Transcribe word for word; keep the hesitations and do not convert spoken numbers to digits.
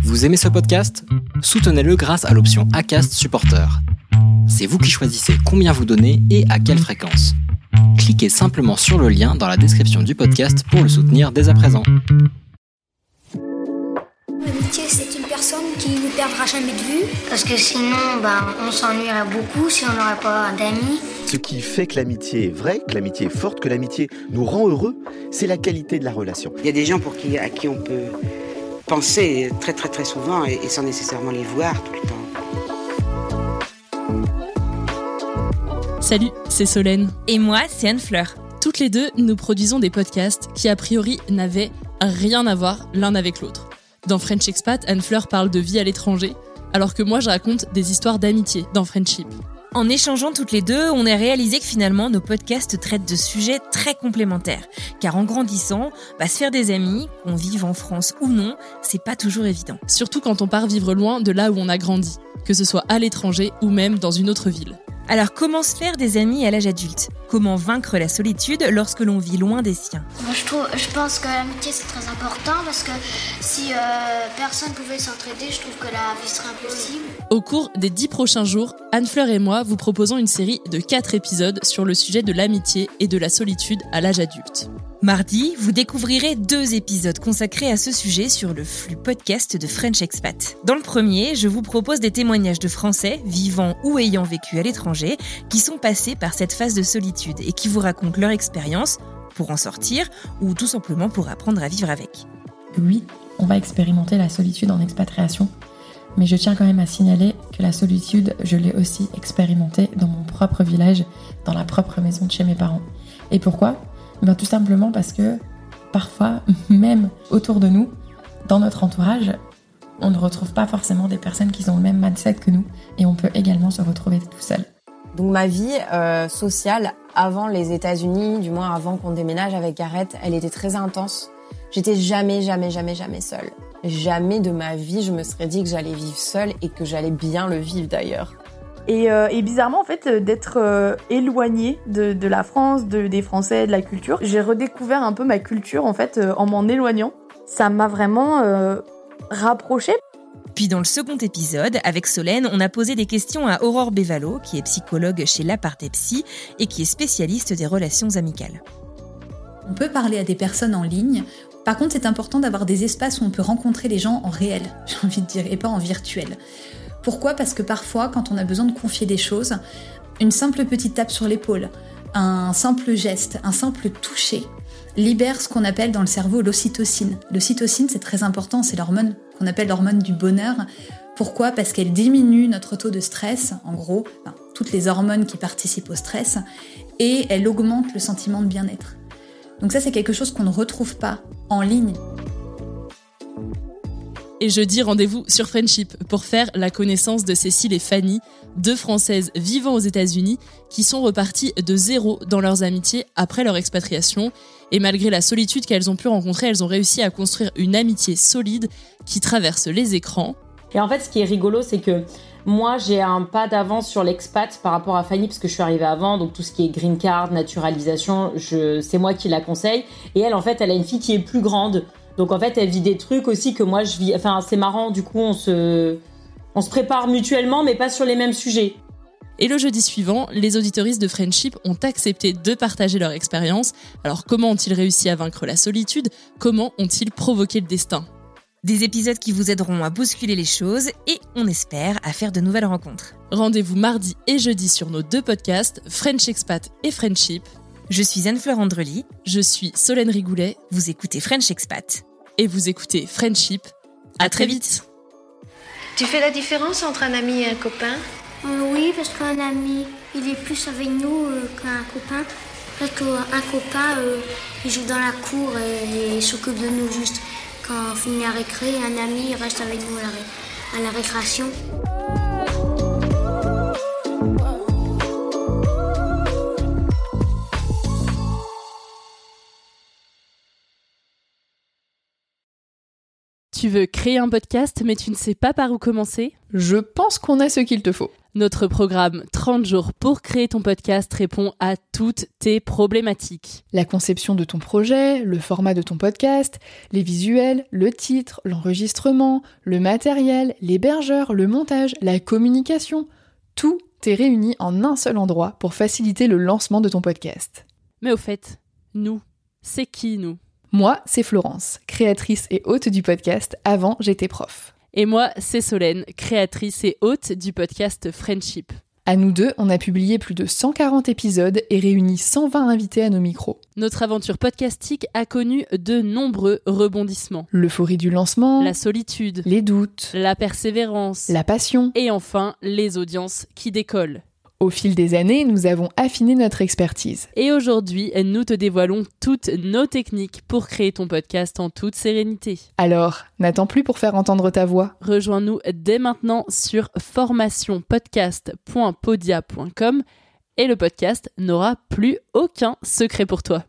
Vous aimez ce podcast ? Soutenez-le grâce à l'option Acast Supporter. C'est vous qui choisissez combien vous donnez et à quelle fréquence. Cliquez simplement sur le lien dans la description du podcast pour le soutenir dès à présent. L'amitié, c'est une personne qui ne perdra jamais de vue. Parce que sinon, bah, on s'ennuierait beaucoup si on n'aurait pas d'amis. Ce qui fait que l'amitié est vraie, que l'amitié est forte, que l'amitié nous rend heureux, c'est la qualité de la relation. Il y a des gens pour qui, à qui on peut penser très très très souvent et, et sans nécessairement les voir tout le temps. Salut, c'est Solène. Et moi, c'est Anne-Fleur. Toutes les deux, nous produisons des podcasts qui a priori n'avaient rien à voir l'un avec l'autre. Dans French Expat, Anne-Fleur parle de vie à l'étranger, alors que moi je raconte des histoires d'amitié dans Friendship. En échangeant toutes les deux, on a réalisé que finalement nos podcasts traitent de sujets très complémentaires. Car en grandissant, bah, se faire des amis, qu'on vive en France ou non, c'est pas toujours évident. Surtout quand on part vivre loin de là où on a grandi, que ce soit à l'étranger ou même dans une autre ville. Alors comment se faire des amis à l'âge adulte ? Comment vaincre la solitude lorsque l'on vit loin des siens ? Moi, je, trouve, je pense que l'amitié, c'est très important parce que si euh, personne pouvait s'entraider, je trouve que la vie serait impossible. Au cours des dix prochains jours, Anne-Fleur et moi vous proposons une série de quatre épisodes sur le sujet de l'amitié et de la solitude à l'âge adulte. Mardi, vous découvrirez deux épisodes consacrés à ce sujet sur le flux podcast de French Expat. Dans le premier, je vous propose des témoignages de Français vivant ou ayant vécu à l'étranger qui sont passés par cette phase de solitude et qui vous racontent leur expérience pour en sortir ou tout simplement pour apprendre à vivre avec. Oui, on va expérimenter la solitude en expatriation, mais je tiens quand même à signaler que la solitude, je l'ai aussi expérimentée dans mon propre village, dans la propre maison de chez mes parents. Et pourquoi ? Ben, tout simplement parce que parfois, même autour de nous, dans notre entourage, on ne retrouve pas forcément des personnes qui ont le même mindset que nous et on peut également se retrouver tout seul. Donc ma vie euh, sociale avant les États-Unis, du moins avant qu'on déménage avec Gareth, elle était très intense. J'étais jamais, jamais, jamais, jamais seule. Jamais de ma vie, je me serais dit que j'allais vivre seule et que j'allais bien le vivre d'ailleurs. Et, euh, et bizarrement, en fait, d'être euh, éloignée de, de la France, de, des Français, de la culture, j'ai redécouvert un peu ma culture, en fait, euh, en m'en éloignant. Ça m'a vraiment euh, rapprochée. Puis dans le second épisode, avec Solène, on a posé des questions à Aurore Bévalo, qui est psychologue chez L'Aparté Psy et qui est spécialiste des relations amicales. On peut parler à des personnes en ligne. Par contre, c'est important d'avoir des espaces où on peut rencontrer les gens en réel, j'ai envie de dire, et pas en virtuel. Pourquoi ? Parce que parfois, quand on a besoin de confier des choses, une simple petite tape sur l'épaule, un simple geste, un simple toucher, libère ce qu'on appelle dans le cerveau l'ocytocine. L'ocytocine, c'est très important, c'est l'hormone qu'on appelle l'hormone du bonheur. Pourquoi ? Parce qu'elle diminue notre taux de stress, en gros, enfin, toutes les hormones qui participent au stress, et elle augmente le sentiment de bien-être. Donc ça, c'est quelque chose qu'on ne retrouve pas en ligne. Et jeudi, rendez-vous sur Friendship pour faire la connaissance de Cécile et Fanny, deux Françaises vivant aux États-Unis qui sont reparties de zéro dans leurs amitiés après leur expatriation. Et malgré la solitude qu'elles ont pu rencontrer, elles ont réussi à construire une amitié solide qui traverse les écrans. Et en fait, ce qui est rigolo, c'est que moi, j'ai un pas d'avance sur l'expat par rapport à Fanny parce que je suis arrivée avant, donc tout ce qui est green card, naturalisation, je, c'est moi qui la conseille. Et elle, en fait, elle a une fille qui est plus grande. Donc en fait, elle vit des trucs aussi que moi je vis. Enfin, c'est marrant, du coup, on se, on se prépare mutuellement, mais pas sur les mêmes sujets. Et le jeudi suivant, les auditeuristes de Friendship ont accepté de partager leur expérience. Alors comment ont-ils réussi à vaincre la solitude ? Comment ont-ils provoqué le destin ? Des épisodes qui vous aideront à bousculer les choses et, on espère, à faire de nouvelles rencontres. Rendez-vous mardi et jeudi sur nos deux podcasts, French Expat et Friendship. Je suis Anne-Fleur Andrely. Je suis Solène Rigoulet. Vous écoutez French Expat. Et vous écoutez Friendship. À très vite. Tu fais la différence entre un ami et un copain ? euh, Oui, parce qu'un ami, il est plus avec nous euh, qu'un copain. Parce qu'un copain, euh, il joue dans la cour et, et il s'occupe de nous juste quand on finit la récré. Un ami, il reste avec nous à la, ré- à la récréation. Tu veux créer un podcast mais tu ne sais pas par où commencer ? Je pense qu'on a ce qu'il te faut. Notre programme trente jours pour créer ton podcast répond à toutes tes problématiques. La conception de ton projet, le format de ton podcast, les visuels, le titre, l'enregistrement, le matériel, l'hébergeur, le montage, la communication, tout est réuni en un seul endroit pour faciliter le lancement de ton podcast. Mais au fait, nous, c'est qui nous ? Moi, c'est Florence, créatrice et hôte du podcast Avant j'étais prof. Et moi, c'est Solène, créatrice et hôte du podcast Friendship. À nous deux, on a publié plus de cent quarante épisodes et réuni cent vingt invités à nos micros. Notre aventure podcastique a connu de nombreux rebondissements. L'euphorie du lancement, la solitude, les doutes, la persévérance, la passion et enfin les audiences qui décollent. Au fil des années, nous avons affiné notre expertise. Et aujourd'hui, nous te dévoilons toutes nos techniques pour créer ton podcast en toute sérénité. Alors, n'attends plus pour faire entendre ta voix. Rejoins-nous dès maintenant sur formation podcast point podia point com et le podcast n'aura plus aucun secret pour toi.